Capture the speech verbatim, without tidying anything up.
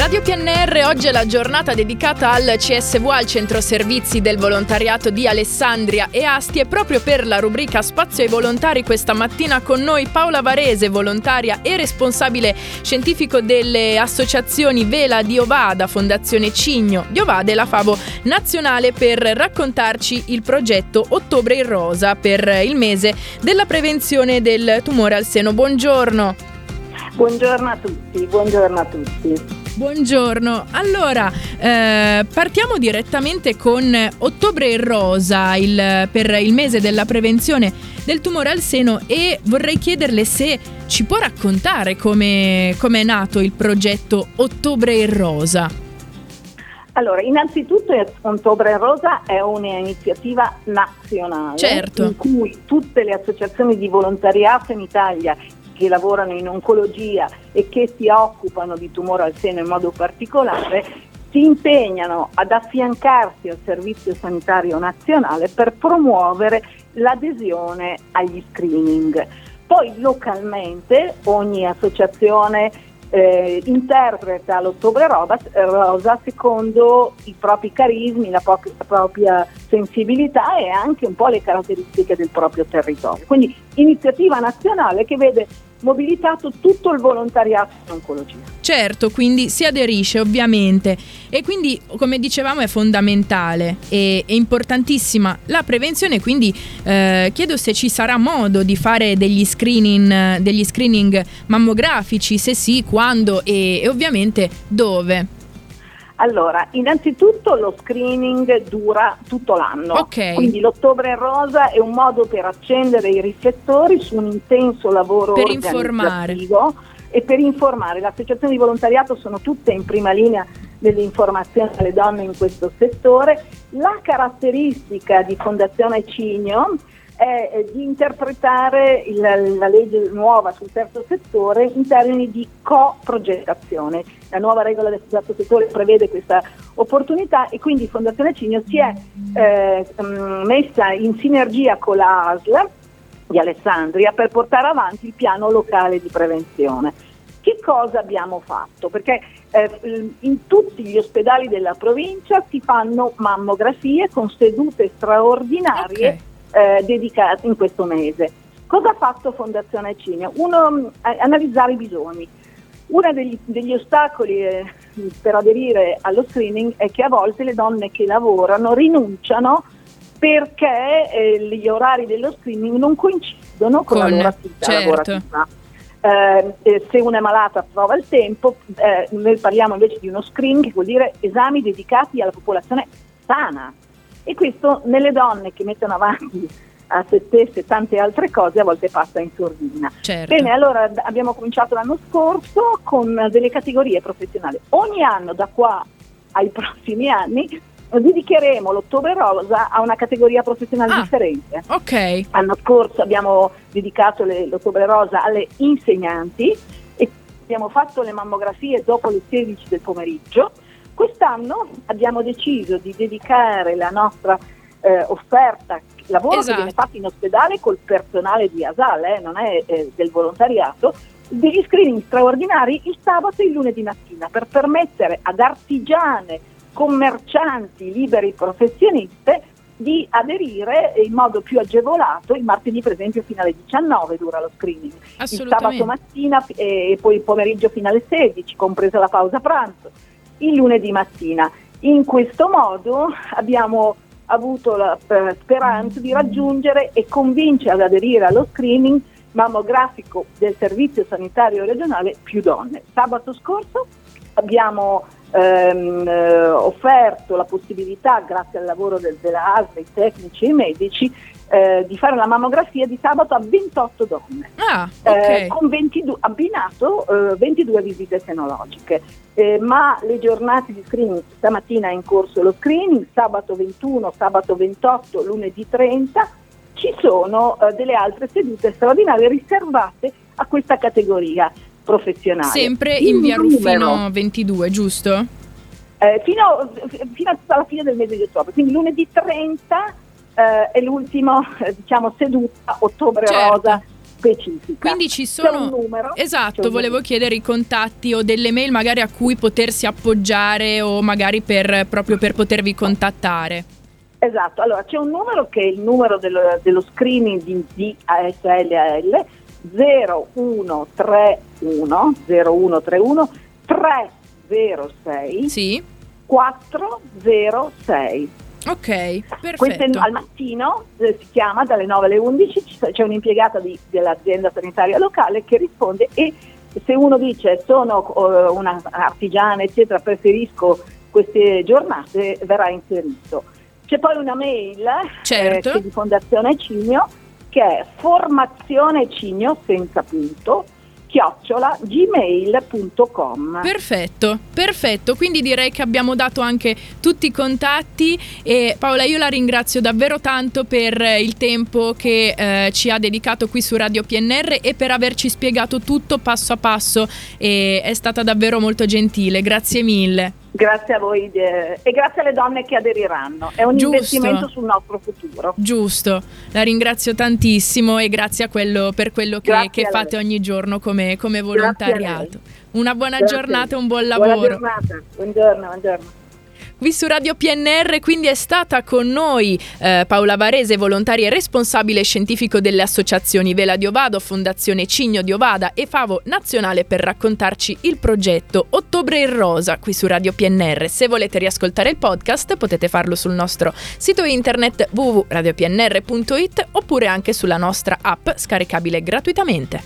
Radio P N R, oggi è la giornata dedicata al C S V A, al Centro Servizi del Volontariato di Alessandria e Asti, e proprio per la rubrica Spazio ai Volontari questa mattina con noi Paola Varese, volontaria e responsabile scientifico delle associazioni Vela di Ovada, Fondazione Cigno di Ovada e la Fabo Nazionale, per raccontarci il progetto Ottobre in Rosa per il mese della prevenzione del tumore al seno. Buongiorno. Buongiorno a tutti, buongiorno a tutti. Buongiorno, allora eh, partiamo direttamente con Ottobre in Rosa il, per il mese della prevenzione del tumore al seno, e vorrei chiederle se ci può raccontare come è nato il progetto Ottobre in Rosa. Allora, innanzitutto Ottobre in Rosa è un'iniziativa nazionale, certo, in cui tutte le associazioni di volontariato in Italia che lavorano in oncologia e che si occupano di tumore al seno in modo particolare si impegnano ad affiancarsi al Servizio Sanitario Nazionale per promuovere l'adesione agli screening. Poi localmente ogni associazione eh, interpreta l'Ottobre Rosa secondo i propri carismi, la, po- la propria sensibilità e anche un po' le caratteristiche del proprio territorio. Quindi iniziativa nazionale che vede mobilitato tutto il volontariato in oncologia. Certo, quindi si aderisce ovviamente, e quindi come dicevamo è fondamentale e è importantissima la prevenzione, quindi eh, chiedo se ci sarà modo di fare degli screening, degli screening mammografici, se sì, quando e, e ovviamente dove. Allora, innanzitutto lo screening dura tutto l'anno, okay. Quindi l'Ottobre in Rosa è un modo per accendere i riflettori su un intenso lavoro per organizzativo informare. e per informare. Le associazioni di volontariato sono tutte in prima linea delle informazioni alle donne in questo settore. La caratteristica di Fondazione Cigno è di interpretare il, la legge nuova sul terzo settore in termini di coprogettazione. La nuova regola del terzo settore prevede questa opportunità e quindi Fondazione Cigno si è eh, messa in sinergia con la A S L di Alessandria per portare avanti il piano locale di prevenzione. Che cosa abbiamo fatto? Perché eh, in tutti gli ospedali della provincia si fanno mammografie con sedute straordinarie, okay. Eh, dedicate in questo mese. Cosa ha fatto Fondazione Cigno? Uno, eh, analizzare i bisogni. Uno degli, degli ostacoli eh, per aderire allo screening è che a volte le donne che lavorano rinunciano perché eh, gli orari dello screening non coincidono con, con la loro attività certo. lavorativa. Eh, eh, se una è malata trova il tempo, eh, noi parliamo invece di uno screening che vuol dire esami dedicati alla popolazione sana. E questo nelle donne che mettono avanti a se stesse tante altre cose a volte passa in sordina. Certo. Bene, allora abbiamo cominciato l'anno scorso con delle categorie professionali. Ogni anno da qua ai prossimi anni dedicheremo l'Ottobre Rosa a una categoria professionale ah, differente. Ok. L'anno scorso abbiamo dedicato le, l'Ottobre Rosa alle insegnanti e abbiamo fatto le mammografie dopo le sedici del pomeriggio. Quest'anno abbiamo deciso di dedicare la nostra eh, offerta, lavoro esatto. che viene fatto in ospedale col personale di A S A L, eh, non è eh, del volontariato, degli screening straordinari il sabato e il lunedì mattina per permettere ad artigiane, commercianti, liberi professioniste di aderire in modo più agevolato. Il martedì per esempio fino alle diciannove dura lo screening, il sabato mattina e poi il pomeriggio fino alle sedici, compresa la pausa pranzo, il lunedì mattina. In questo modo abbiamo avuto la eh, speranza di raggiungere e convincere ad aderire allo screening mammografico del Servizio Sanitario Regionale più donne. Sabato scorso abbiamo ehm, eh, offerto la possibilità, grazie al lavoro del, della A S L, i tecnici e i medici, eh, di fare la mammografia di sabato a ventotto donne, ah, okay. eh, con ventidue, abbinato eh, ventidue visite senologiche. Eh, ma le giornate di screening, stamattina è in corso lo screening, sabato ventuno, sabato ventotto, lunedì trenta, ci sono eh, delle altre sedute straordinarie riservate a questa categoria professionale. Sempre il in via numero, Ruffino ventidue, giusto? Eh, fino, fino alla fine del mese di ottobre, quindi lunedì trenta eh, è l'ultima eh, diciamo, seduta Ottobre certo. Rosa specifica. Quindi ci sono, c'è un numero, esatto, c'è un volevo numero. chiedere i contatti o delle mail magari a cui potersi appoggiare o magari per proprio per potervi contattare. Esatto, allora c'è un numero che è il numero dello, dello screening di, di A S L A L zero uno tre uno zero uno tre uno tre zero sei Sì. quattro zero sei. Ok, perfetto. Questo è al mattino, eh, si chiama dalle nove alle undici, c'è un'impiegata di, dell'azienda sanitaria locale che risponde, e se uno dice sono uh, una artigiana eccetera, preferisco queste giornate, verrà inserito. C'è poi una mail Certo. eh, che è di Fondazione Cigno, che è formazione cigno senza punto chiocciola gmail punto com. Perfetto, perfetto, quindi direi che abbiamo dato anche tutti i contatti e Paola, io la ringrazio davvero tanto per il tempo che eh, ci ha dedicato qui su Radio P N R e per averci spiegato tutto passo a passo, e è stata davvero molto gentile, grazie mille. Grazie a voi eh, e grazie alle donne che aderiranno, è un Giusto. investimento sul nostro futuro. Giusto, la ringrazio tantissimo e grazie a quello, per quello che, Grazie che a fate lei. ogni giorno come, come Grazie a volontariato. Una buona Grazie. giornata e un buon Buona lavoro. giornata, buongiorno, buongiorno. Qui su Radio P N R quindi è stata con noi eh, Paola Varese, volontaria e responsabile scientifico delle associazioni Vela di Ovado, Fondazione Cigno di Ovada e Favo Nazionale, per raccontarci il progetto Ottobre in Rosa qui su Radio P N R. Se volete riascoltare il podcast potete farlo sul nostro sito internet w w w punto radio p n r punto i t oppure anche sulla nostra app scaricabile gratuitamente.